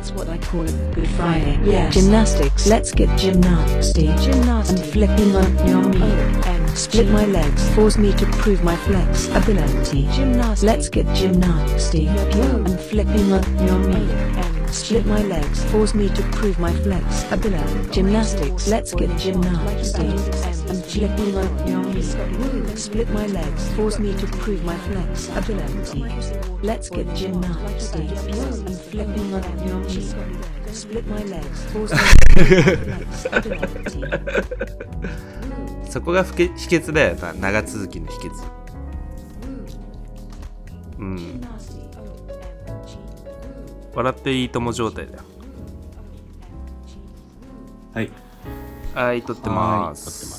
That's what I call a good Friday. Yes. Gymnastics. Let's get gymnasty. Gymnastic. And flipping on your me. Split my legs. Force me to prove my flexibility. Gymnastic. Let's get gymnasty. And flipping on your me. Split my legs. Force me to prove my flexibility. Gymnastics. Let's get gymnasty. And flipping on your me. Split my legs. Force me to prove my flexibility. Let's get gymnasty. And flipping on your me. Split my legs. Force me to prove my flexibility. そこが秘訣だよな、長続きの秘訣。うん。笑っていいとも状態だよ。 はい。 はい、撮ってます。 撮ってます。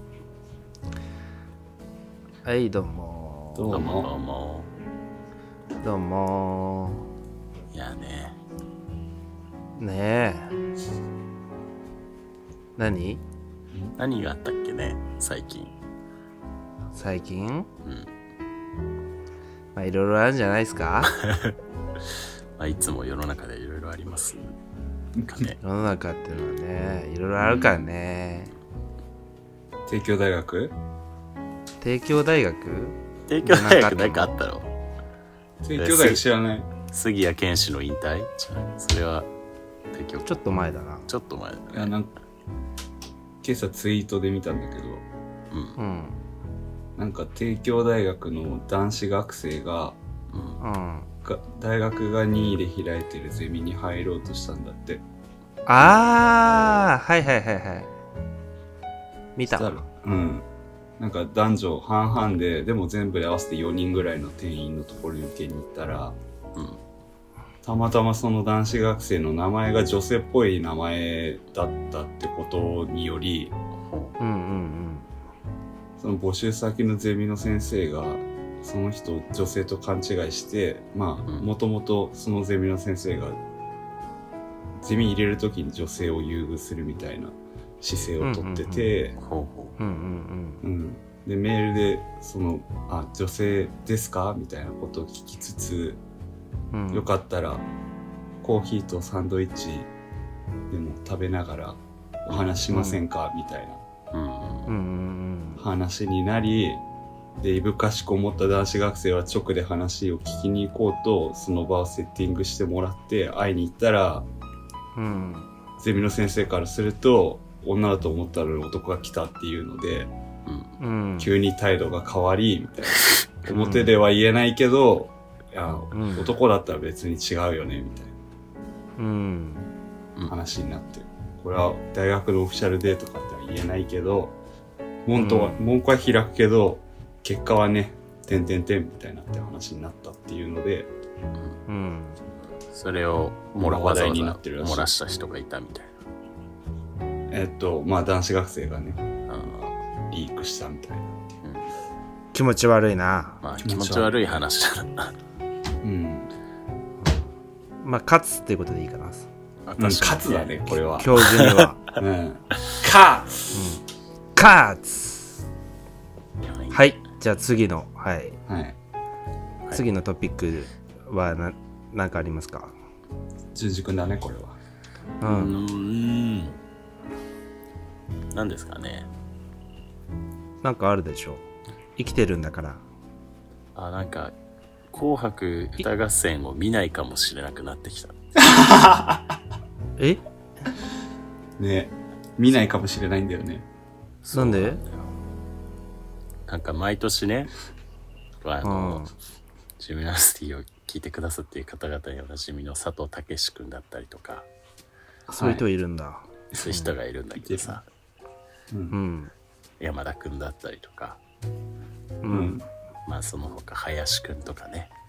はい、どうも。 どうも。どうも。 どうも。 いやね。 ねえ。何があったっけね、最近。 最近？ うん。 まあいろいろあるんじゃないですか？ まあいつも世の中でいろいろありますかね。 世の中っていうのはね、いろいろあるからね。 帝京大学？ 帝京大学？ 帝京大学なんかあったの？ 帝京大学知らない。 杉谷拳士の引退？それは帝京。 ちょっと前だな。 ちょっと前だね。 いやなんか今朝ツイートで見たんだけど、 うん。 なんか帝京大学の男子学生が、 うん。 大学が任意で開いてるゼミに入ろうとしたんだって。 あー、はいはいはいはい。見た。 うん。なんか男女半々でも全部で合わせて4人ぐらいの定員のところに受けに行ったら、 うん。 たまたまその男子学生の名前が女性っぽい名前だったってことにより、 うんうんうん。 その募集先のゼミの先生がその人を女性と勘違いして、まあもともとそのゼミの先生がゼミ入れるときに女性を優遇するみたいな姿勢をとってて、でメールでその女性ですかみたいなことを聞きつつ、よかったらコーヒーとサンドイッチでも食べながらお話しませんか、みたいな話になり、でいぶかしく思った男子学生は直で話を聞きに行こうとその場をセッティングしてもらって会いに行ったら、ゼミの先生からすると女だと思ったのに男が来たっていうので、急に態度が変わりみたいな、表では言えないけど、いや、男だったら別に違うよねみたいな、話になってる。これは大学のオフィシャルでとかっては言えないけど、文句は開くけど結果はね、点みたいなって話になったっていうので、 それを話題になってるらしい。漏らした人がいたみたいな。まあ男子学生がね、リークしたみたいな。 気持ち悪いな。 まあ気持ち悪い話だな。 まあ勝つっていうことでいいかな。 勝つだね、これは。 教授には。勝つ。はい、じゃあ次の、次のトピックは何かありますか？ 純次君だね、これは。 何ですかね。 なんかあるでしょう。生きてるんだから。 なんか紅白歌合戦を見ないかもしれなくなってきた。 ね、見ないかもしれないんだよね。 なんで？ なんか毎年ね、ジムナスティを聞いてくださっている方々におなじみの佐藤健くんだったりとか、 そういう人いるんだ。 そういう人がいるんだけどさ、山田くんだったりとか、まあその他林くんとかね、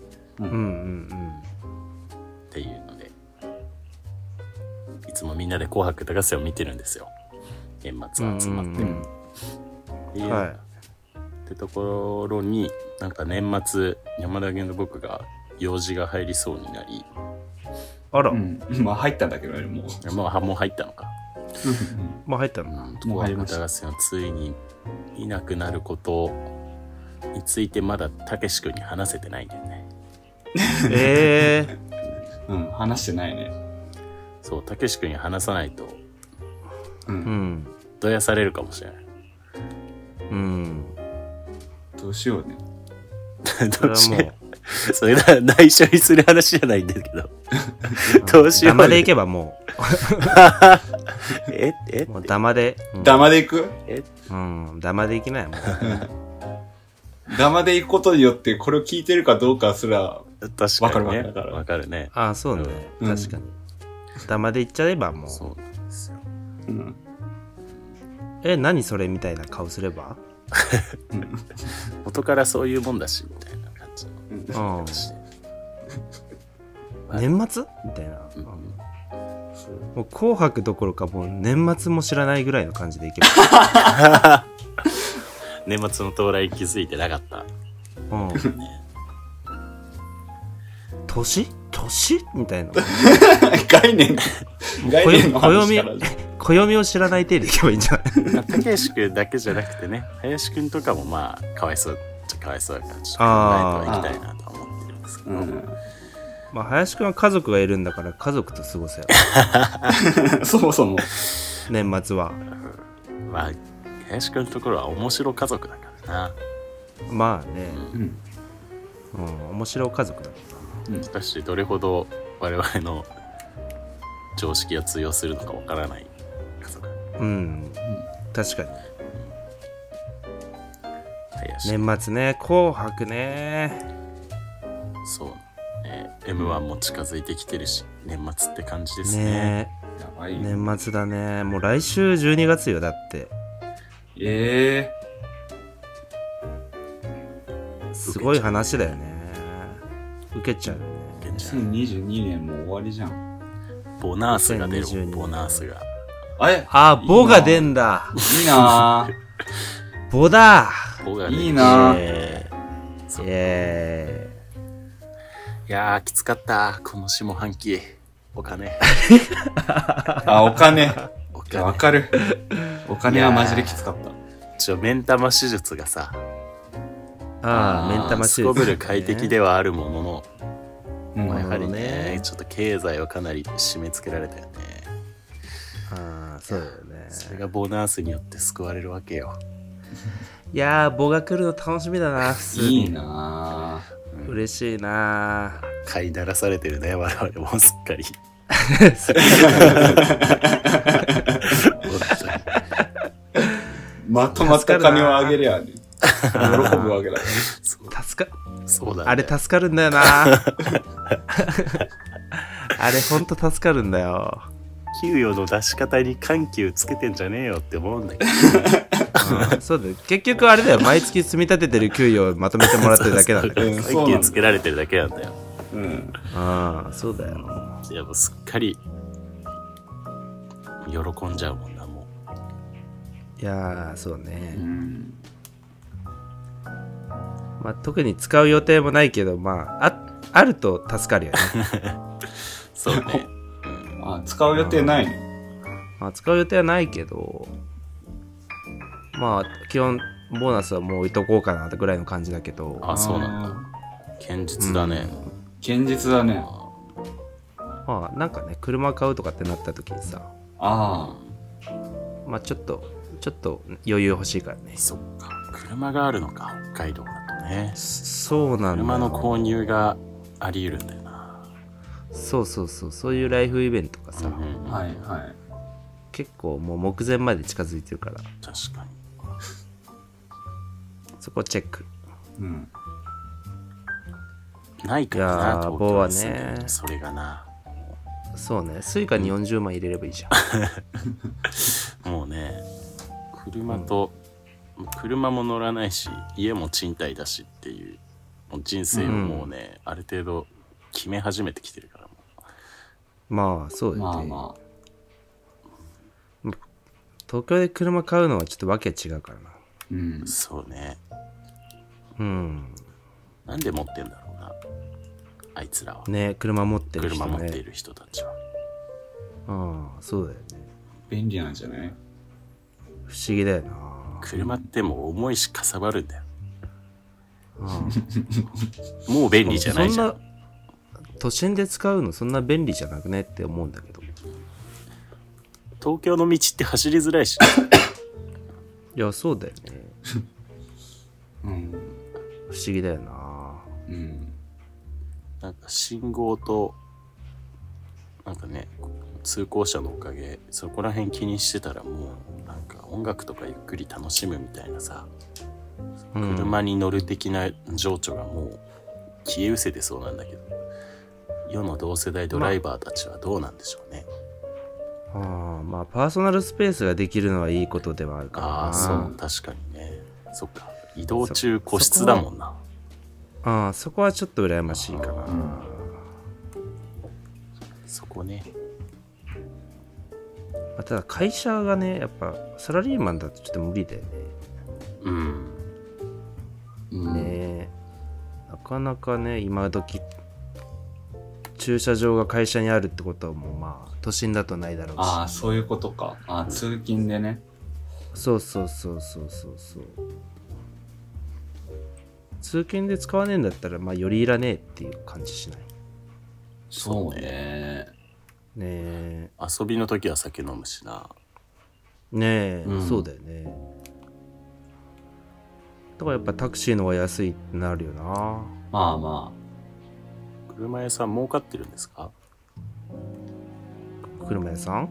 っていうので、いつもみんなで紅白歌合戦を見てるんですよ。年末集まって。ってところに、なんか年末山田源の僕が用事が入りそうになり、 あら、 まあ入ったんだけどね、もう。 もう入ったのか。 もう入ったの。 紅白歌合戦をついにいなくなることについてまだたけし君に話せてないんだよね。 うん、話してないね。 そう、たけし君に話さないと、 うん。 うん。 どやされるかもしれない。 うん。 どうしようね。 それはもう、 それは内緒にする話じゃないんだけど。どうしよう、ね。 ダマでいけばもえう。もうダマで。 ダマで行く？ うん。ダマでいけないもん。 ダマで行くことによってこれを聞いてるかどうかすら確かにね。 わかるわかるね。 ああ、そうね。 うん確かに。ダマでいっちゃえばもう。 そうなんですよ。 うん。 何それみたいな顔すれば元からそういうもんだし、みたいな感じの。 うん。年末みたいな。もう紅白どころかもう年末も知らないぐらいの感じでいけば。 年末の到来気づいてなかった。 うん。年みたいな。 概念の話から暦を知らない程度でいけばいいんじゃないたけし君だけじゃなくてね、林君とかもまあ、かわいそうだから、ちょっと考えてはいきたいなとは思ってるんですけど。 まあ、林くんは家族がいるんだから家族と過ごせよ。 そもそも。 年末は。 まあ、林くんのところは面白家族だからな。 まあね。面白家族だもんな。 しかし、どれほど我々の常識が通用するのかわからない家族。 確かに。 林年末ね、紅白ね。 そう。M1 も近づいてきてるし、年末って感じですね。 ねやばい。 年末だね。もう来週12月よ、だって。すごい話だよね。受けちゃうよね。 2022年も終わりじゃん。 ボナースが出るもん、ボナースが。 ボが出んだ。 いいなぁ。 ボだ。 ボが出る。 いいなぁ。 いやー、きつかった。この下半期。お金。 お金。わかる。お金はマジできつかった。 目ん玉手術がさ、 目ん玉手術。 すこぶる快適ではあるものの、やはりね、ちょっと経済をかなり締め付けられたよね。 そうだよね。 それがボーナスによって救われるわけよ。 いやー、ボが来るの楽しみだな、普通に。 いいなぁ。 嬉しいなぁ。 飼いならされてるね、我々もすっかり。 まとまった金をあげりゃね、喜ぶわけだ。 そうだね。 あれ助かるんだよなあれほんと助かるんだよ。 給与の出し方に緩急つけてんじゃねえよって思うんだけど、 そうだよ。結局あれだよ、毎月積み立ててる給与をまとめてもらってるだけなんだよ。 緩急つけられてるだけなんだよ。 そうだよ。 いやもうすっかり喜んじゃうもんな、もう。いやー、そうね。まあ特に使う予定もないけど、まああると助かるよね。 そうね。 使う予定ないの？ 使う予定はないけど、まあ基本ボーナスはもう置いとこうかなってぐらいの感じだけど。 そうなんだ。堅実だね。 堅実だね。 まあなんかね、車買うとかってなった時にさ、まあちょっと余裕欲しいからね。 そっか、車があるのか、北海道だとね。 そうなんだ。 車の購入があり得るんだよな。 そういうライフイベントがさ、結構もう目前まで近づいてるから。 確かに。 そこチェック。 ないからな、東京はね。それがな。 そうね、スイカに40万入れればいいじゃん。もうね、車も乗らないし、家も賃貸だしっていう、もう人生をもうね、ある程度決め始めてきてるから。 まあそうだよね。東京で車買うのはちょっとわけ違うからな。 そうね。 なんで持ってんだろうな、あいつらは。 ね、車持ってる人ね。 車持っている人たちは。 そうだよね。 便利なんじゃない？ 不思議だよな。 車ってもう重いしかさばるんだよ。もう便利じゃないじゃん。 都心で使うのそんな便利じゃなくねって思うんだけど。 東京の道って走りづらいしいやそうだよねうん、 不思議だよな。 うん、 なんか信号となんかね通行者のおかげそこら辺気にしてたらもうなんか音楽とかゆっくり楽しむみたいなさ、車に乗る的な情緒がもう消え失せてそうなんだけど、世の同世代ドライバーたちはどうなんでしょうね。 まあパーソナルスペースができるのはいいことではあるからな。 ああそう確かにね。そっか移動中個室だもんな。 そこはちょっと羨ましいかな。 そこね。 ただ会社がねやっぱサラリーマンだとちょっと無理だよね。ねなかなかね今時駐車場が会社にあるってことはもうまあ都心だとないだろうし。 ああそういうことか。通勤でね。 そう通勤で使わねえんだったらまあよりいらねえっていう感じしない？ そうね。 ねえ遊びの時は酒飲むしな。 ねえ、そうだよね。だからやっぱタクシーの方が安いってなるよな。 まあまあ。車屋さん儲かってるんですか？ 車屋さん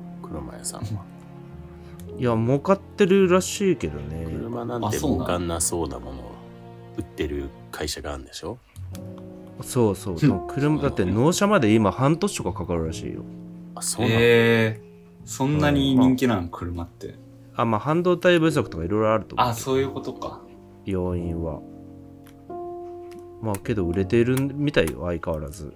はいや儲かってるらしいけどね。 車なんて儲かんなそうなものを売ってる会社があるんでしょ。 そう車だって納車まで今半年とかかかるらしいよ。 そうなの？ そんなに人気なの、車って。 まあ半導体不足とかいろいろあると思う。 そういうことか。 要因はまあけど売れているみたいよ相変わらず。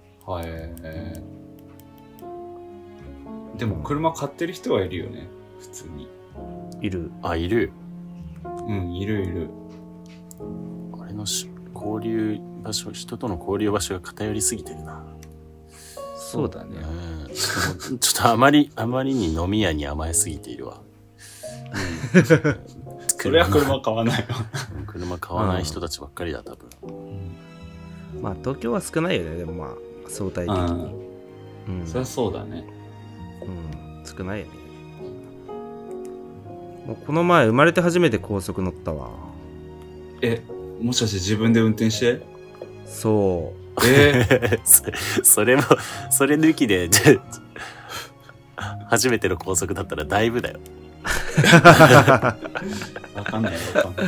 でも車買ってる人はいるよね普通に。 いる。 いる。 いる。 あれの交流場所、人との交流場所が偏りすぎてるな。 そうだね。 ちょっとあまりに飲み屋に甘えすぎているわ。 それは車買わないわ。 車買わない人たちばっかりだ多分。 まあ東京は少ないよね。でもまあ相対的に。 そりゃそうだね。 少ないよね。もうこの前生まれて初めて高速乗ったわ。 もしかして自分で運転して？ そう。 それ抜きで初めての高速だったらだいぶだよ。 わかんない。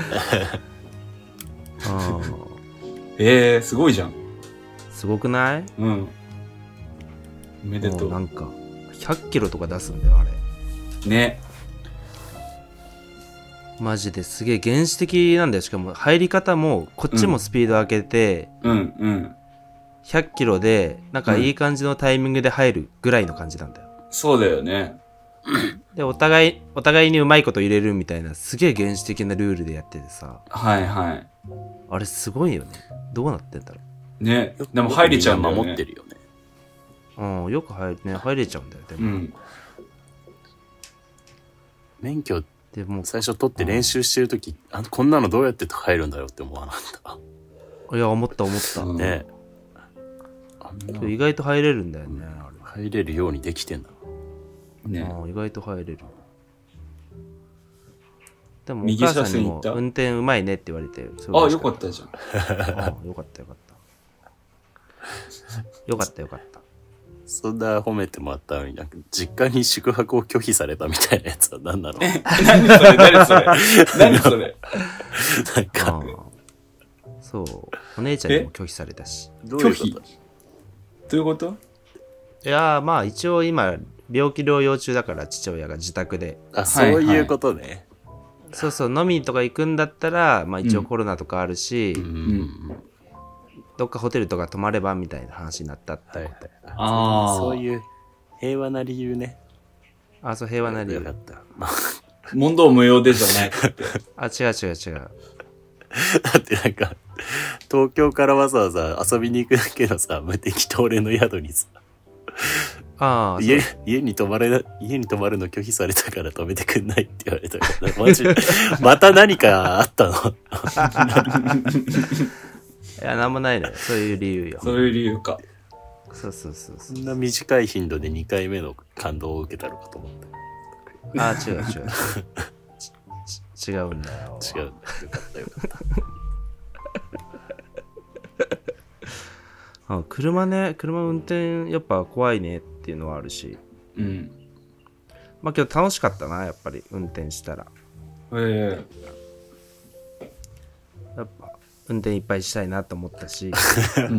すごいじゃん。 すごくない？ おめでとう。 なんか100キロとか出すんだよあれ。 ね。 マジですげえ原始的なんだよ。しかも入り方もこっちもスピード上げて、100キロでなんかいい感じのタイミングで入るぐらいの感じなんだよ。 そうだよね。 でお互いにうまいこと入れるみたいなすげえ原始的なルールでやっててさ。あれすごいよね。どうなってんだろうね。でも入れちゃうんだよね。 守ってるよね。 よく入れちゃうんだよ。でも、 免許でも最初取って練習してるとき、こんなのどうやって入るんだろうって思わなかった？いや思ったね。 意外と入れるんだよね。 入れるようにできてんだね。 意外と入れる。でもお母さんにも運転うまいねって言われて。 よかったじゃん。 よかった。 そんな褒めてもらったのに実家に宿泊を拒否されたみたいなやつは何なの？ 何それなんかそうお姉ちゃんにも拒否されたし。 拒否？どういうこと？ いやまあ一応今病気療養中だから父親が自宅で。 そういうことね。 そう飲みとか行くんだったらまあ一応コロナとかあるし、どっかホテルとか泊まればみたいな話になったって思って。 そういう平和な理由ね。 そう平和な理由。 よかった。 問答無用でじゃないって。 違う。 だってなんか東京からわざわざ遊びに行くだけのさ無敵東レの宿にさ。家に泊まるの拒否されたから泊めてくんないって言われたからマジまた何かあったの？ いやなんもないね。そういう理由よ。 そういう理由か。 そうそうそうそそんな短い頻度で2回目の感動を受けたのかと思っあ違う違う違うんだよ。 た。違うんだ。よかったよかった。 車運転やっぱ怖いねっていうのはあるし、 うん。 まあけど楽しかったな、やっぱり運転したら。 えやっぱ運転いっぱいしたいなと思ったし、 うん。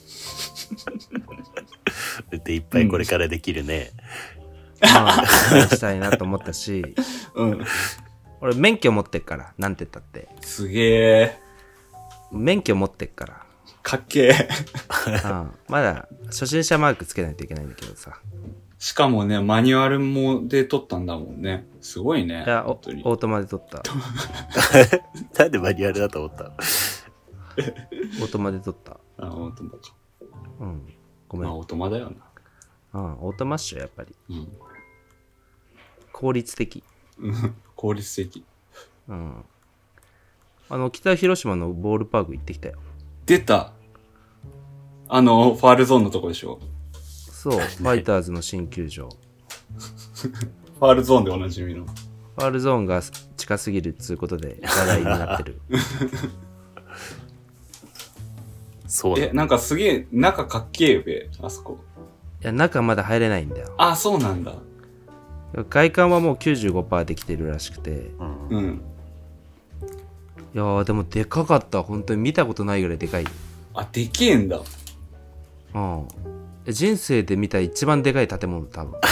でいっぱいこれからできるね。 まあ、運転したいなと思ったし、 うん。 俺免許持ってっから、なんて言ったって。 すげえ。 免許持ってっから。 かっけえ。 まだ初心者マークつけないといけないんだけどさ。 しかもね、マニュアルもで撮ったんだもんね。すごいね。 いや、オ本当にートマで撮った。 なんでマニュアルだと思ったの？ オートマで撮った。 あ、オートマか。 うん。ごめん。 まあ、オートマだよな。 オートマッシュやっぱり。 うん。 効率的。 効率的。 うん。北広島のボールパーク行ってきたよ。 出た。ファールゾーンのとこでしょ。 そう、ファイターズの新球場。 ファールゾーンでおなじみの。 ファールゾーンが近すぎるっつうことで話題になってる。 そうだ。 なんかすげえ、中かっけえよべ、あそこ。 いや、中まだ入れないんだよ。 あ、そうなんだ。 外観はもう 95% できてるらしくて。 うん。 いやー、でもでかかった。本当に見たことないぐらいでかい。 あ、でけえんだ。 うん。人生で見た一番でかい建物、多分。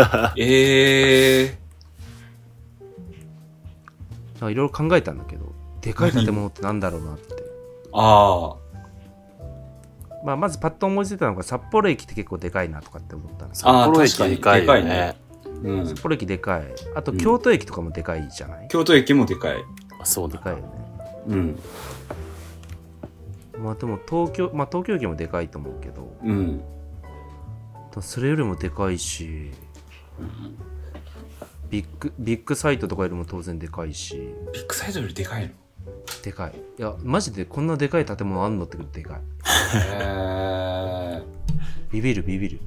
いろいろ考えたんだけど、でかい建物ってなんだろうなって。 ああ。 まあ、まずパッと思いついたのが札幌駅って結構でかいなとかって思ったんですよ。 ああ、 札幌駅確かにでかいよね。 ね。うん。 札幌駅でかい。あと京都駅とかもでかいじゃない、 京都駅もでかい。 あ、そうだ。 でかいよね。 うん。 まあでも東京駅もでかいと思うけど、 うん。 それよりもでかいし、ビッグサイトとかよりも当然でかいし。 ビッグサイトよりでかいの？ でかい。いや、マジでこんなでかい建物あんのってくらいでかい。ビビる。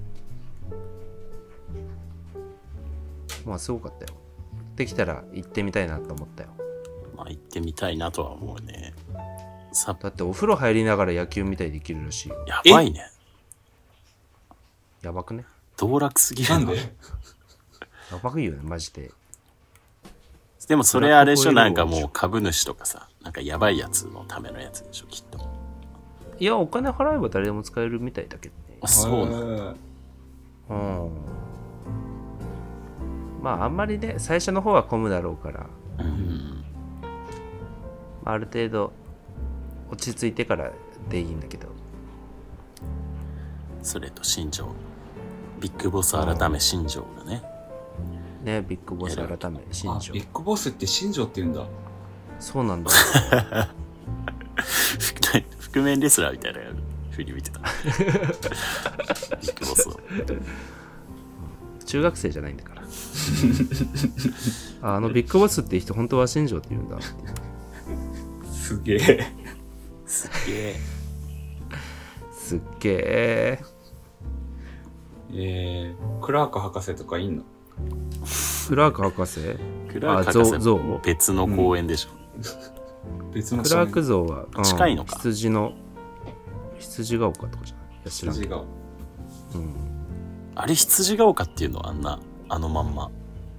まあすごかったよ。できたら行ってみたいなと思ったよ。 まあ行ってみたいなとは思うね。 だってお風呂入りながら野球みたいできるらしいよ。 やばいね。 やばくね？ 道楽すぎる。 なんで？ やばくいよね、マジで。 でもそれあれでしょ、なんかもう株主とかさ、なんかやばいやつのためのやつでしょ、きっと。 いや、お金払えば誰でも使えるみたいだけどね。 あ、そうなんだ。 うん。まああんまりね、最初の方は混むだろうから、 うん。 ある程度落ち着いてからでいいんだけど。 それと新庄。ビッグボス改め新庄がね。 ね、ビッグボス改め新あ、 庄。 ビッグボスって新庄って言うんだ。 そうなんだ。 覆面レスラーみたいな風に見てた。ビッグボスを。 中学生じゃないんだから。ビッグボスって人本当は新庄って言うんだって。 すげえ。 すげえ。 すっげえ。クラーク博士とかいんの？ クラーク博士？ クラーク博士像も別の公園でしょ。 別のクラーク像は、 近いのか。 羊が丘とかじゃない？いや知らんけど。うん。 あれ羊が丘っていうの？あのまんま。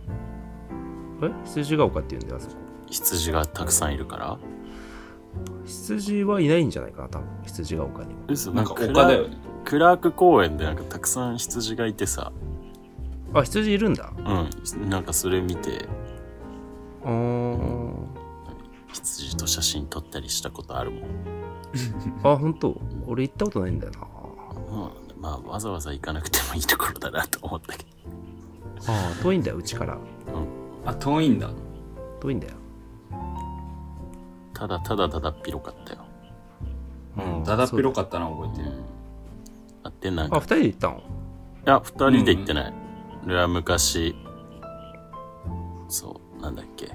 羊が丘って言うんだよ、あそこ。 羊がたくさんいるから？ 羊はいないんじゃないかな、多分。羊が丘にも。 嘘、 なんか丘だよね。 クラーク公園でなんかたくさん羊がいてさ。 あ、羊いるんだ。 うん。なんかそれ見て。羊と写真撮ったりしたことあるもん。 あ、本当？俺行ったことないんだよな。 まあわざわざ行かなくてもいいところだなと思ったけど。 ああ、遠いんだよ、うちから。 うん。 あ、遠いんだ。 遠いんだよ。 ただっ広かったよ。 うん、だだっ広かったな、覚えてる。 あってなんか。 あ、二人で行ったの？ いや、二人で行ってない。俺は昔、そう、なんだっけ。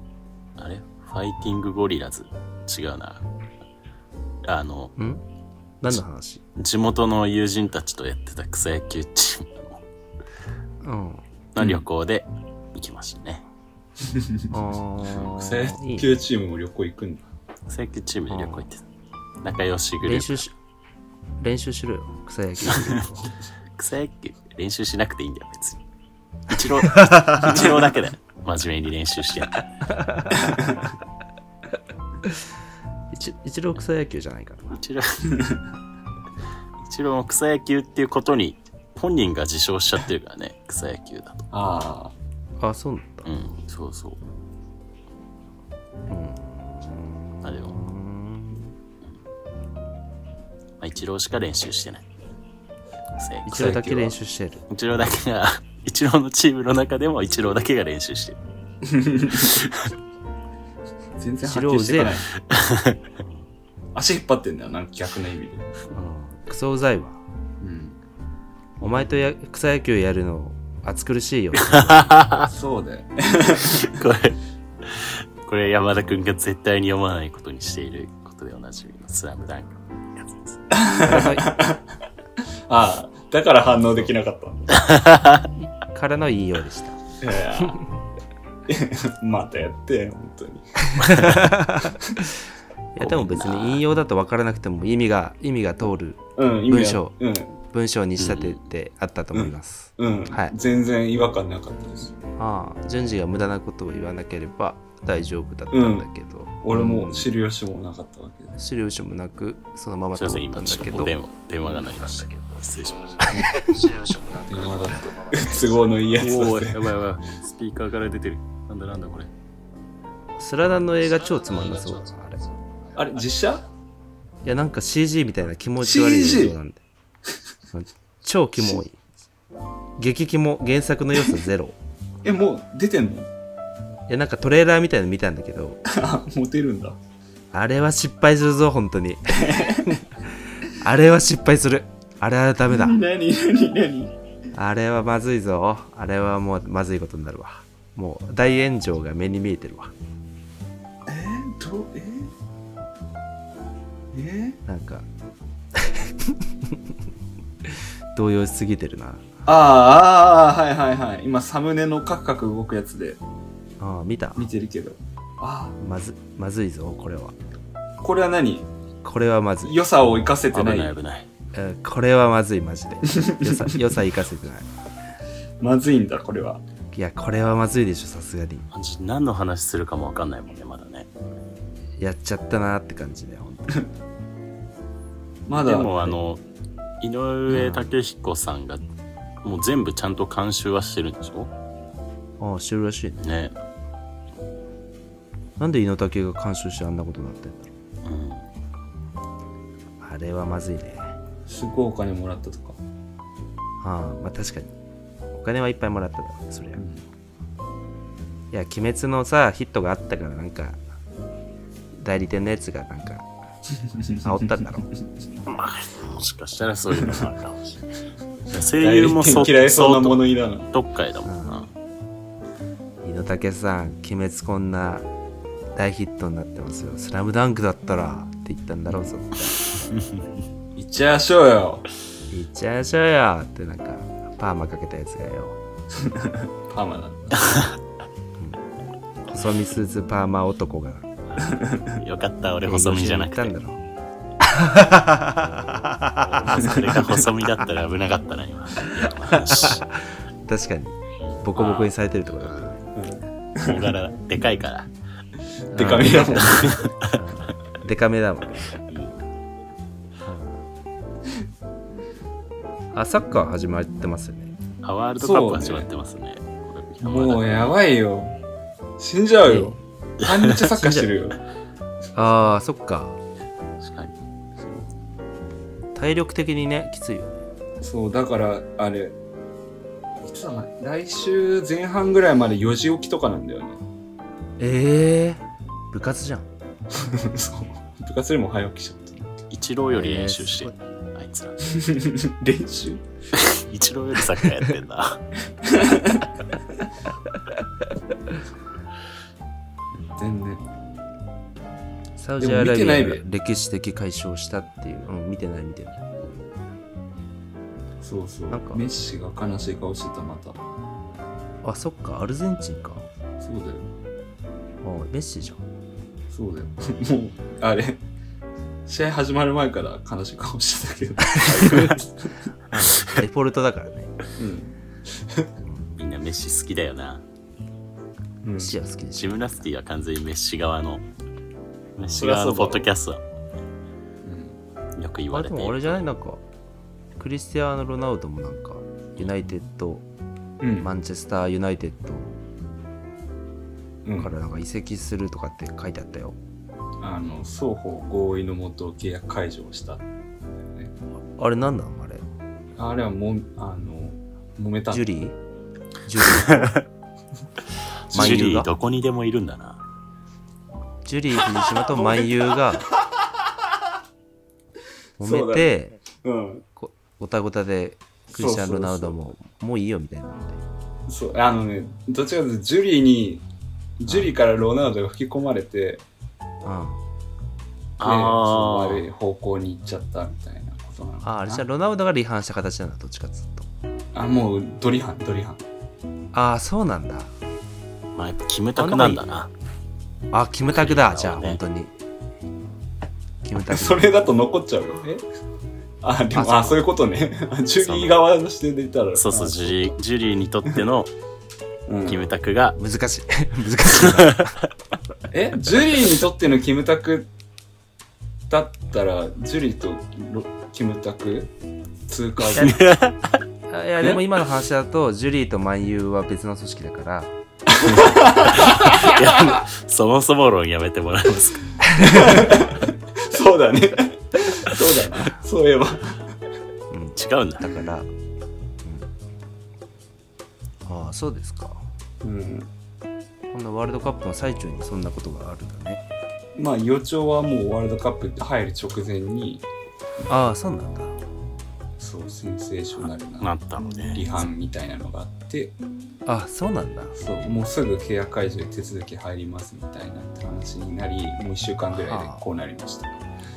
あれファイティングゴリラズ。違うな。 何の話？ 地元の友人たちとやってた草野球チームの旅行で行きましたね。 草野球チームも旅行行くんだ。 草野球チームで旅行行ってた。仲良しグループ。 練習しろよ、草野球。 草野球練習しなくていいんだよ、別に。一郎だけだよ。真面目に練習してやった。 一郎草野球じゃないかな。 一郎も草野球っていうことに本人が自称しちゃってるからね、草野球だと。 あ、そうなんだ。 そうそう。でも、一郎しか練習してない。 一郎だけ練習してる。 一郎だけが、一郎のチームの中でも一郎だけが練習してる。 全然発揮してこない。足引っ張ってんだよ、なんか逆な意味で。 クソうざいわ。お前と草野球やるの暑苦しいよ。 そうだよ。 これ山田くんが絶対に読まないことにしていることでおなじみのスラムダンクのやつです。 ああ、だから反応できなかったんだ。 からの言いようでした。 またやって、本当に。いやでも別に引用だと分からなくても意味が通る文章に仕立ててあったと思います。 はい。全然違和感なかったです。 順次が無駄なことを言わなければ大丈夫だったんだけど、 俺も知る由もなかったわけで。 知る由もなくそのまま通ったんだけど、 電話が鳴りましたけど失礼しました。 電話だと都合のいいやつだぜ。 やばいやばい、スピーカーから出てる。なんだこれ。 スラダンの映画超つまんなそうだな。 あれ実写？ いやなんか CG みたいな気持ち悪い映像なんで。超キモい。激キモ、原作の要素ゼロ。 もう出てんの？ いやなんかトレーラーみたいなの見たんだけど。 モテるんだ。 あれは失敗するぞ本当に。あれは失敗する。あれはダメだ。 何あれはまずいぞ。あれはもうまずいことになるわ。もう大炎上が目に見えてるわ。なんか動揺しすぎてるな。 はい。今サムネのカクカク動くやつで見てるけど、 まずいぞこれは。 これは何？ これはまずい。 良さを生かせてない。 危ない。 これはまずいマジで。良さ生かせてない。 まずいんだこれは。 いやこれはまずいでしょさすがに。 何の話するかも分かんないもんねまだね。 やっちゃったなーって感じで本当に。 まだでも井上武彦さんがもう全部ちゃんと監修はしてるんでしょ？ してるらしいね。なんで井上武が監修してあんなことになってんだろう。あれはまずいね。 すごいお金もらったとか。 まあ確かにお金はいっぱいもらっただろうねそりゃ。いや鬼滅のさヒットがあったからなんか代理店のやつがなんか煽ったんだろう。 もしかしたらそういうのがあるかもしれない。声優も嫌いそうな物言いだな。 どっかいだもんな。 井上武さん鬼滅こんな大ヒットになってますよ。スラムダンクだったらって言ったんだろうぞ。 行っちゃいましょうよ。 行っちゃいましょうよってなんかパーマかけたやつがよ。 パーマなんだ。 細身スーツパーマ男が。 よかった俺細身じゃなくて。それが細身だったら危なかったな今。 確かにボコボコにされてるところだった。 大柄でかいから。 デカめだもん。 デカめだもん。サッカー始まってますよね。 ワールドカップ始まってますね。 もうやばいよ。死んじゃうよ。めっちゃサッカーしてるよ。 そっか。 確かに。 体力的にねきついよね。 そうだからあれいつだな、来週前半ぐらいまで4時起きとかなんだよね。 部活じゃん。 そう部活よりも早起きしちゃった。 一郎より練習してる、あいつら。 練習一郎よりサッカーやってんだ。 全然サウジアラビアが歴史的解消したっていう。見てない。 そうそう。 なんかメッシが悲しい顔してた、また。 あ、そっか、アルゼンチンか。 そうだよ。 メッシじゃん。 そうだよ。もう、あれ、試合始まる前から悲しい顔してたけど。 デフォルトだからね。 みんなメッシ好きだよな。 メッシは好きでしょ。 ジムナスティは完全にメッシ側のポッドキャストは、よく言われている。 でもあれじゃない、なんかクリスティアーノ・ロナウドもなんかユナイテッド、マンチェスターユナイテッドからなんか移籍するとかって書いてあったよ。 双方合意のもと契約解除をした、ね、 あれなんなのあれは揉めた。 ジュリージュリーどこにでもいるんだな。 ジュリー藤島と万有が揉めて、ごたごたでクリスチャン・ロナウドももういいよみたいなので。 そう、どっちかというとジュリーからロナウドが吹き込まれて、悪い方向に行っちゃったみたいなことなのかな。 あれじゃロナウドが離反した形なんだ、どっちかっつうと。 もうドリハン。 そうなんだ。 まあやっぱキムタクなんだな。 キムタクだ、じゃあ本当に。キムタク。 それだと残っちゃうよ。でもそういうことね。ジュリー側の視点で言ったら。 そうジュリーにとってのキムタクが難しい。ジュリーにとってのキムタクだったらジュリーとキムタク通過いやでも今の話だとジュリーと万有は別の組織だからいやそもそも論やめてもらえますか。 そうだね。そうだな。そういえば、 違うんだ。 だから、そうですか。このワールドカップの最中にそんなことがあるんだね。 まあ予兆はもうワールドカップ入る直前に、 そうなんだ。 そうセンセーショナルなったので離反みたいなのがあって、 そうなんだ。 そうもうすぐ契約解除で手続き入りますみたいな話になり、もう1週間ぐらいでこうなりました。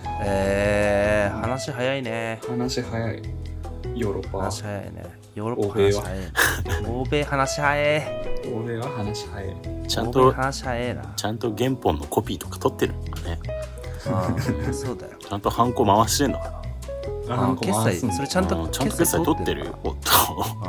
話早いね。 話早い。ヨーロッパ話早いね。ヨーロッパ話早い。欧米話早い。 欧米は話早い。 ちゃんと話早いな。 ちゃんと原本のコピーとか取ってるのかね。 そうだよ。 ちゃんとハンコ回してんのかな。 決済それちゃんと決済取ってるよ。おっと。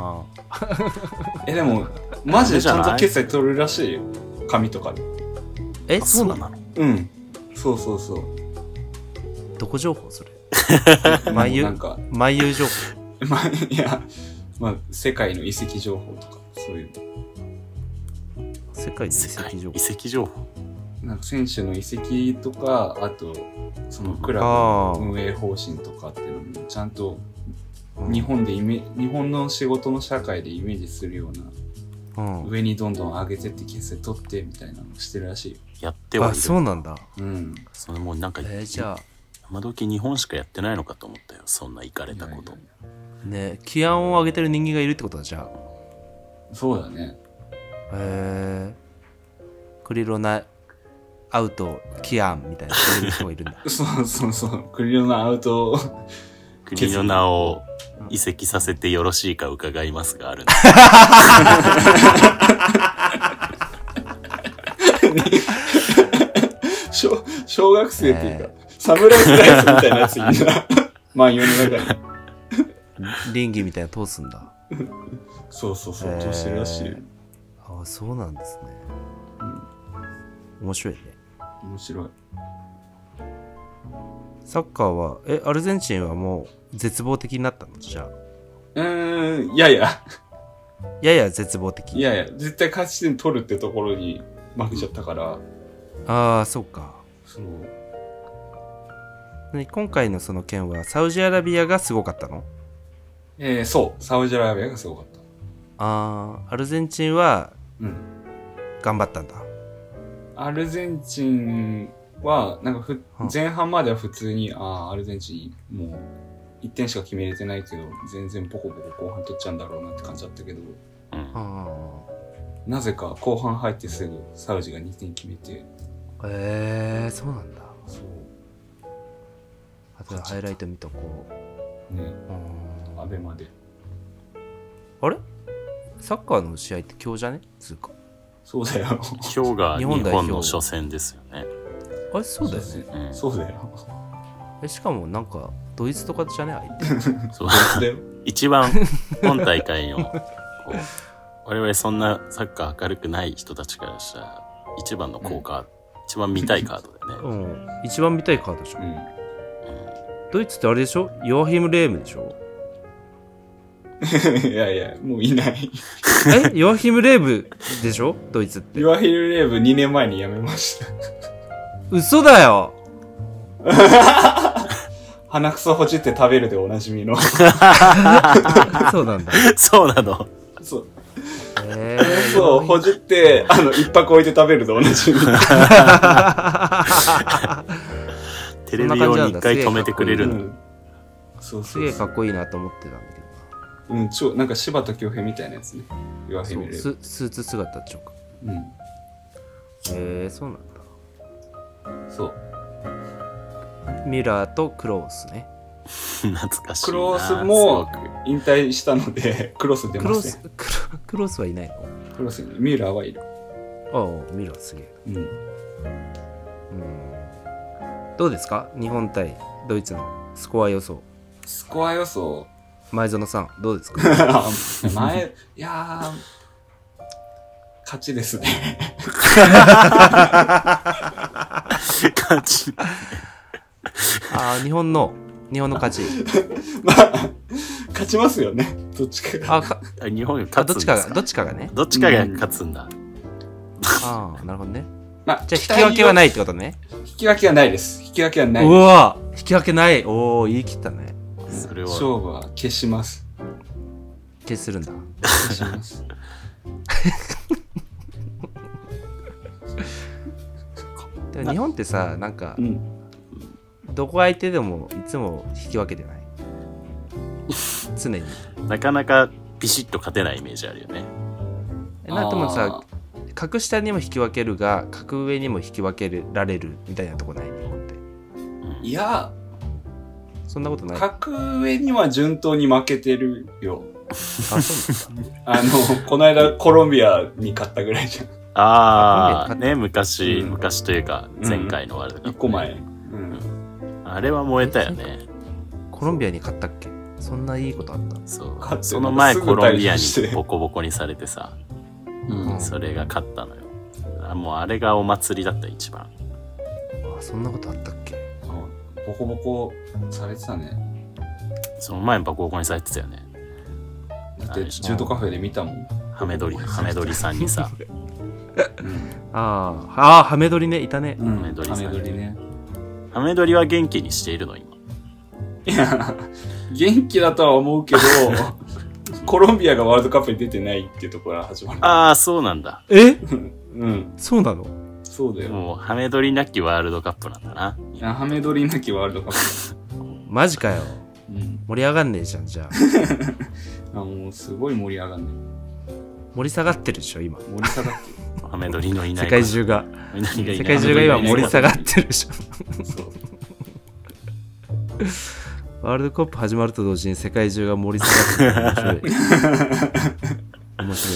でもマジでちゃんと決済取るらしいよ。紙とかで。 そうなの？ そう。 どこ情報それ？万有情報。 いや、世界の遺跡情報とかそういうの。 世界の遺跡情報。 遺跡情報。 なんか選手の移籍とか、あとそのクラブの運営方針とかっていうのもちゃんと日本の仕事の社会でイメージするような、上にどんどん上げてって決済取ってみたいなのをしてるらしいよ。 やってはいる。 そうなんだ。 それもうなんか、 じゃあ今時日本しかやってないのかと思ったよ。そんなイカれたこと。 ね、気安を上げてる人間がいるってことだじゃあ。 そうだね。 クリロナアウトキアンみたいなそういう人がいるんだ。 そうクリロナアウトクリロナを移籍させてよろしいか伺いますがあるんだ。 小学生っていうか、サムライスライスみたいなやついいんだ。万葉の中に倫理みたいなの通すんだ。 そう通してるらしい。 そうなんですね。面白いね。 面白い。 サッカーはアルゼンチンはもう絶望的になったのじゃあ。 いや絶望的。 いや絶対勝ち点取るってところに負けちゃったから。 そうか。 そう。 今回のその件はサウジアラビアがすごかったの？ そうサウジアラビアがすごかった。 アルゼンチンは頑張ったんだ。 アルゼンチンはなんか前半までは普通にアルゼンチンもう1点しか決めれてないけど全然ボコボコ後半取っちゃうんだろうなって感じだったけど、なぜか後半入ってすぐサウジが2点決めて。 そうなんだ。 そうあとはハイライト見とこね、 う。 アベマで。 あれサッカーの試合って今日じゃねつうか。 そうだよ。 今日が日日本代表本の初戦ですよね。 あれそうだよね。 うんそうだよ。 しかもなんかドイツとかじゃね相手。 そうだよ。 一番今大会のこう我々そんなサッカー明るくない人たちからしたら一番の効果、一番見たいカードだよね。 一番見たいカードでしょ。 うん。 ドイツってあれでしょヨアヒム・レームでしょいやいや、もういない。 ヨアヒム・レームでしょドイツって。 ヨアヒルレーブ2年前に辞めました。 嘘だよ鼻くそほじって食べるでおなじみの。 そうなんだ。 そうなの。 そう。そう、ほじって、一泊置いて食べるでおなじみ。 テレビ用に一回止めてくれるの。 そうすげえかっこいいなと思ってたんだけどうん、なんか柴田恭平みたいなやつね。ヨアヒルレーブ。 スーツ姿っちゅうか。そうなんだ。 そう。 ミラーとクロースね。 懐かしいな。 クロスも引退したので、クロス出ません。 クロスはいないの？ クロスにミューラーはいる。 ああ、ミラーすげえ。どうですか日本対ドイツのスコア予想。 スコア予想前園さんどうですかいやー勝ちですね。 勝ち。 日本の勝ち。 まあ勝ちますよね。どっちかが。 日本が勝つんですか？ どっちかがね。 どっちかが勝つんだ。 なるほどね。 まあ、 じゃあ引き分けはないってことね。 引き分けはないです。引き分けはない。 うわ引き分けない。おお言い切ったね。 それは勝負は消します。 消するんだ。 消します。 でも日本ってさなんか、どこ相手でもいつも引き分けてない。常に。 なかなかビシッと勝てないイメージあるよね。 でもさ格下にも引き分けるが格上にも引き分けられるみたいなとこない日本って。 いやそんなことない。 格上には順当に負けてるよ。 そうなんだ。 この間コロンビアに勝ったぐらいじゃん。 ね、昔というか前回のワールドカップ、 1個前、 あれは燃えたよね。 コロンビアに勝ったっけ？そんないいことあった？ そうその前コロンビアにボコボコにされてさ、それが勝ったのよ。もうあれがお祭りだった一番。 そんなことあったっけ？ ボコボコされてたね。 その前ボコボコにされてたよね。 だってジュートカフェで見たもん。 ハメドリさんにさ。 ハメドリねいたね。 ハメドリね。 ハメドリは元気にしているの今。 いや元気だとは思うけどコロンビアがワールドカップに出てないっていうところから始まる。 そうなんだ。 そうなの？ そうだよ。 もうハメドリなきワールドカップなんだな。 ハメドリなきワールドカップ。 マジかよ。盛り上がんねえじゃんじゃあ。 もうすごい盛り上がんねえ。 盛り下がってるでしょ今。 盛り下がってる。 ハメドリのいない。 世界中が今盛り下がってるでしょ。ワールドカップ始まると同時に世界中が盛り下がってる。面白い。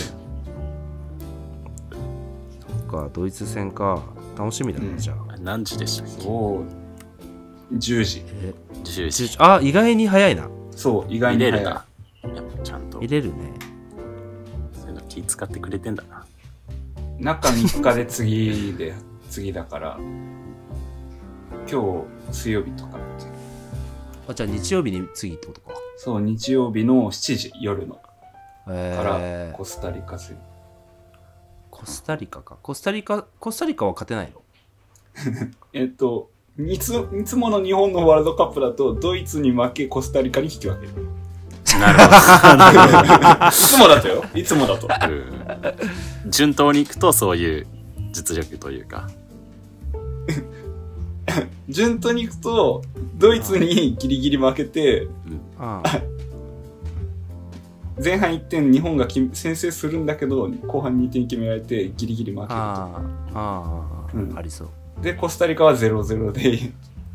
そっかドイツ戦か楽しみだねじゃあ。 何時でしたっけ？ そう10時。 10時。 意外に早いな。 そう意外に早い。 やっぱちゃんと入れるね。 そういうの気使ってくれてんだな。 中3日で次だから今日水曜日とかじゃあ日曜日に次ってことか。 そう日曜日の7時夜のからコスタリカ戦。 コスタリカか。コスタリカは勝てないの？ いつもの日本のワールドカップだとドイツに負けコスタリカに引き分ける。 なるほど。 いつもだと。 順当にいくとそういう実力というか。 順当にいくとドイツにギリギリ負けて、前半1点日本が先制するんだけど後半2点決められてギリギリ負けると。 ありそう。 でコスタリカは 0-0 で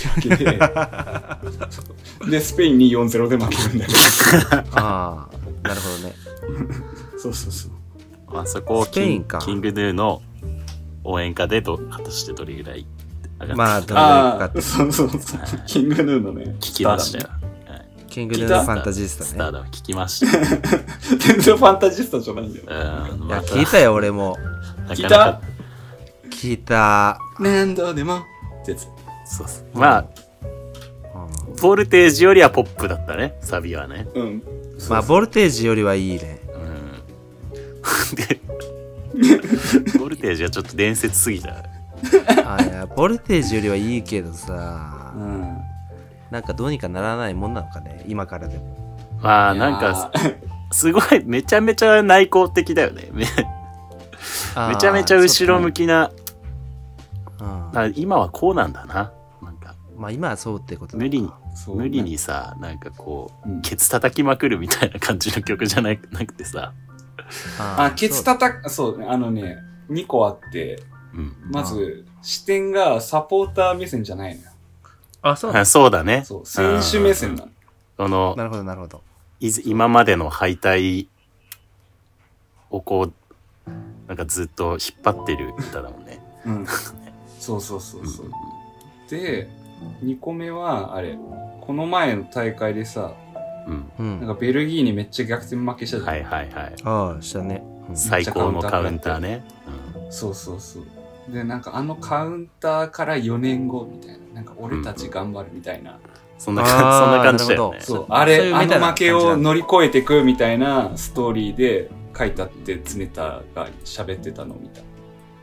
だけででスペインに 4-0 で負けるんだけどああ、なるほどね。 そうそうそう。 あそこをスペインかキングヌーの応援歌で果たしてどれぐらい上がったまあ、どれぐらいかかってそうそうそう。キングヌーのね。 聞きましたよ。 キングヌーのファンタジスタね。 スターだ、聞きました。 全然ファンタジスタじゃないんだよ。 いや、聞いたよ、俺も。 聞いた聞いた。 何度でも。ってやつ。 そうそう。まあ、ボルテージよりはポップだったね、サビはね。 うん。 まあ、ボルテージよりはいいね。 で、ボルテージはちょっと伝説すぎた。 あ、いや、ボルテージよりはいいけどさ、 うん。 なんかどうにかならないもんなのかね、今からでも。 まあ、なんか、すごい、めちゃめちゃ内向的だよね。めちゃめちゃ後ろ向きな。今はこうなんだな。なんかまあ今はそうってことだ。 無理にさ、なんかこう、ケツ叩きまくるみたいな感じの曲じゃなくてさ。 ケツ叩く、そうね、2個あって、まず、視点がサポーター目線じゃないのよ。 あ、そうそうだね。 そう、選手目線なの。 なるほど、なるほど。 今までの敗退をこう、なんかずっと引っ張ってる歌だもんね。 うん。そうそうそうそう。で、2個目は、この前の大会でさ、なんかベルギーにめっちゃ逆転負けしたじゃん。 はいはいはい。 ああ、したね。 最高のカウンターね。 そうそうそう。で、なんかカウンターから4年後みたいな。なんか俺たち頑張るみたいな。 そんな感じだよね。 そう、負けを乗り越えてくみたいなストーリーで書いてあって、常田が喋ってたのを見た。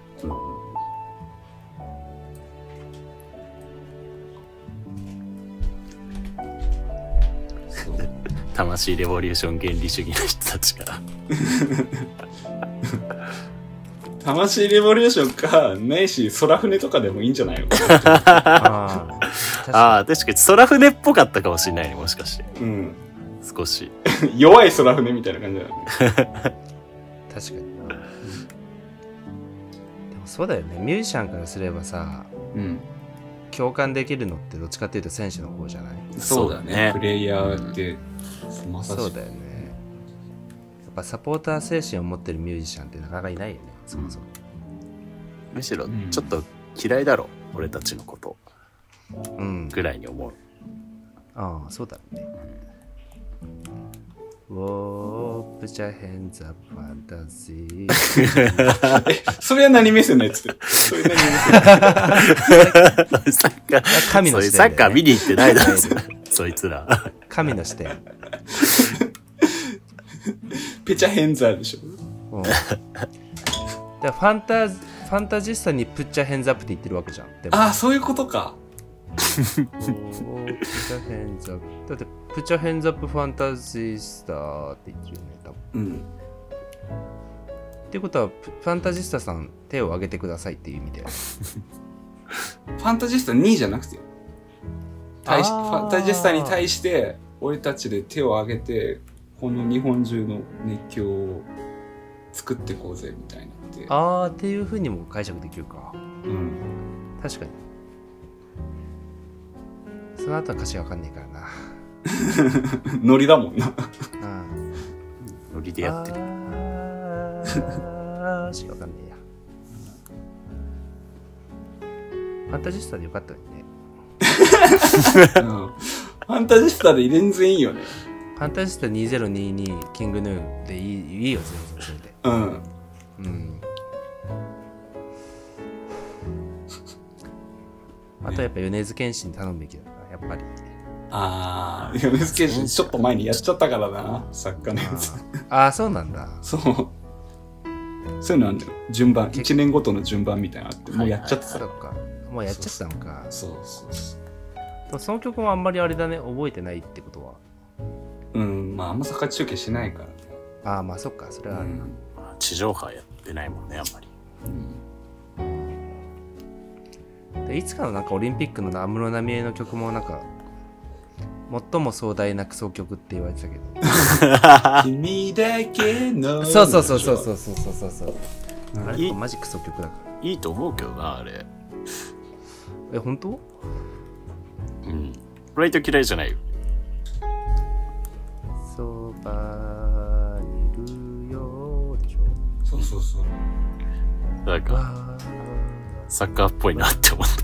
魂レボリューション原理主義の人たちが魂レボリューションかないし空船とかでもいいんじゃないのああ、確かに空船っぽかったかもしれないね、もしかして。うん、少し弱い空船みたいな感じだよね確かに、でもそうだよね、ミュージシャンからすればさ、共感できるのってどっちかっていうと選手の方じゃない？ そうだね、プレイヤーってそうだよね。やっぱサポーター精神を持ってるミュージシャンってなかなかいないよね、そもそも。 むしろちょっと嫌いだろ、俺たちのことぐらいに思う。 ああ、そうだね。Whoa, put your hands up, fantasy それは何目線のやつ？それ何目線？神の視点、サッカー見に行ってないだろそいつら。 神の視点。 ペチャヘンザーでしょ。 でファンタジスタにプッチャヘンズアップって言ってるわけじゃん。 ああ、そういうことか。 プッチャヘンズアップ。だってプッチャヘンズアップファンタジスタって言ってるよね、多分。ってことはファンタジスタさん手を挙げてくださいっていう意味で。 ファンタジスタ2じゃなくて、ファンタジスタに対して俺たちで手を挙げてこの日本中の熱狂を作っていこうぜみたいなって。 あーっていう風にも解釈できるか。確かに。その後は歌詞わかんねえからな。 ノリだもんな。 ノリでやってる。 しかわかんねえや。ファンタジスタでよかったのにね。 ファンタジスタで全然いいよね。 ファンタジスタ2022キングヌーでいいよ、それで。あとやっぱ米津玄師に頼むべきだな、やっぱり。 米津玄師ちょっと前にやっちゃったからな、作家のやつ。 そうなんだ。 そういうのあるんだよ、順番、1年ごとの順番みたいなのあって、もうやっちゃってた。 そうか、もうやっちゃったのか。 そう。 でもその曲もあんまりあれだね、覚えてないってことは。 まああんまサッカー中継しないからね。 まあそっか、それはあるな。 地上波やってないもんね、あんまり。 でいつかのなんかオリンピックの安室奈美恵の曲もなんか最も壮大なクソ曲って言われてたけど。 君だけの。 そう。あれマジクソ曲だから。 いいと思うけどな、あれ。 本当？ フライト嫌いじゃないよ。 そばにいるよそうそうそう。 なんか、サッカーっぽいなって思った。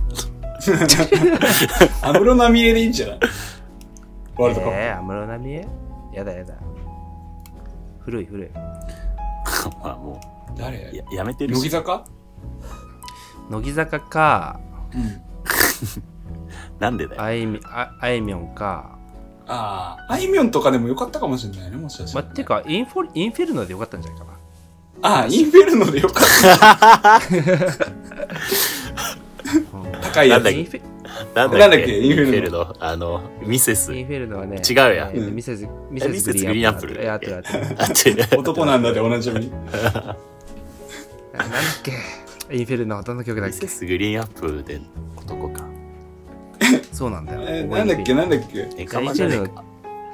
安室奈美恵でいいんじゃない？ワールドカップ。 安室奈美恵やだやだ。古い。 まあもう、 誰？ やめてるし。 乃木坂？ 乃木坂か、 うん。 なんでだよ。 あいみょんか。 ああ、あいみょんとかでもよかったかもしれないね、もしかしたら、ね。 てかインフェルノでよかったんじゃないかな。 ああ、インフェルノでよかった。高いやつ。 なんだっけインフェルノ。ミセス。 インフェルノはね、 違うや。 ミセスグリーンアップル。あってる。 男なんだでおなじみ。 なんだっけインフェルノどの曲だっけ？ ミセスグリーンアップルで男か。 そうなんだよ。 なんだっけインフェルノ。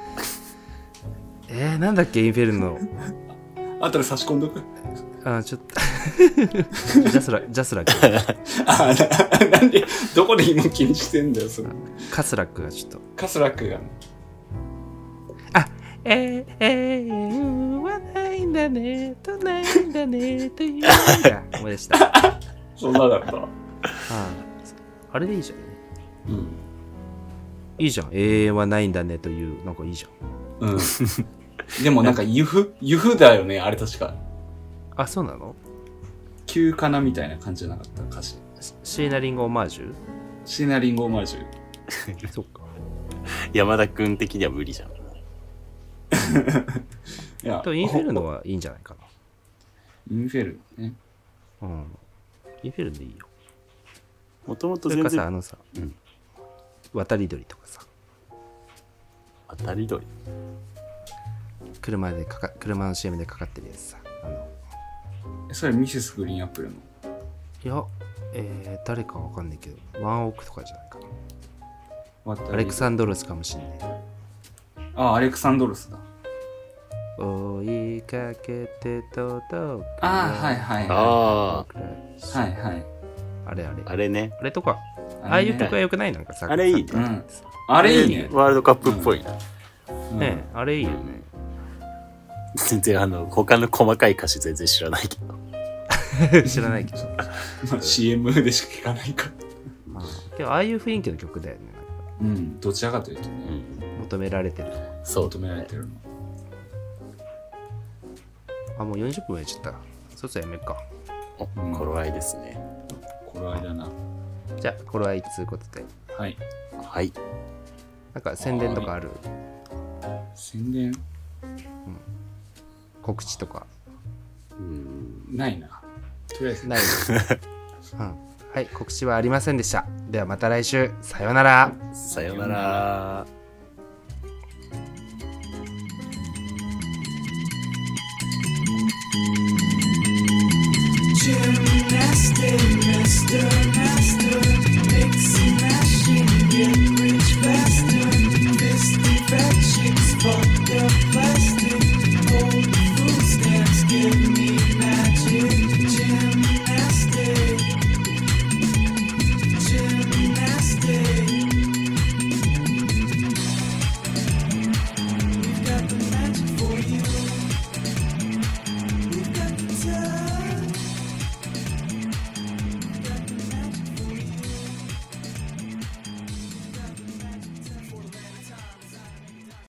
なんだっけインフェルノ。 後で差し込んどく。 ちょっとジャスラック。 なんでどこで今気にしてんだよそれ。 カスラックがちょっと。 カスラックが。 はないんだねとないんだねという思い出した。 そんなだった。 あれでいいじゃん。 うん。 いいじゃん。永遠はないんだねというなんかいいじゃん。 うん。でもなんかユフだよねあれ確か。 あ、そうなの？ 急かなみたいな感じじゃなかった歌詞。 シーナリンゴオマージュ？ シーナリンゴオマージュ。 そっか。 山田くん的には無理じゃん。 いや、インフェルノはいいんじゃないかな。 インフェルノね。 うん。インフェルノでいいよ。 もともと全然。 それかさ、渡り鳥とかさ。 渡り鳥？ 車の CM でかかってるやつさ。 それミセスグリーンアップルの？ いや、誰かわかんないけど、ワンオークとかじゃないかな。アレクサンドロスかもしんない。 あ、アレクサンドロスだ。 追いかけて届く。 はい。 あれね。 あれとか、ああいう曲はよくない？なんかさ。 あれいいね。 あれいいね。 ワールドカップっぽいな。 ね、あれいいよね。 全然他の細かい歌詞全然知らないけど。 知らないけど。 まあ CM でしか聞かないから。 けどああいう雰囲気の曲だよね。 うん、どちらかというとね。 求められてる。 そう、求められてるの。 もう40分やっちゃった。そろそろやめるか。 頃合いですね。 頃合いだな。 じゃあ、頃合いつうことで。 はい。 なんか宣伝とかある？ 宣伝？ 告知とか。 ないな。とりあえずない。はい、告知はありませんでした。ではまた来週。さようなら。 さようなら。 Gymnastic, Mr.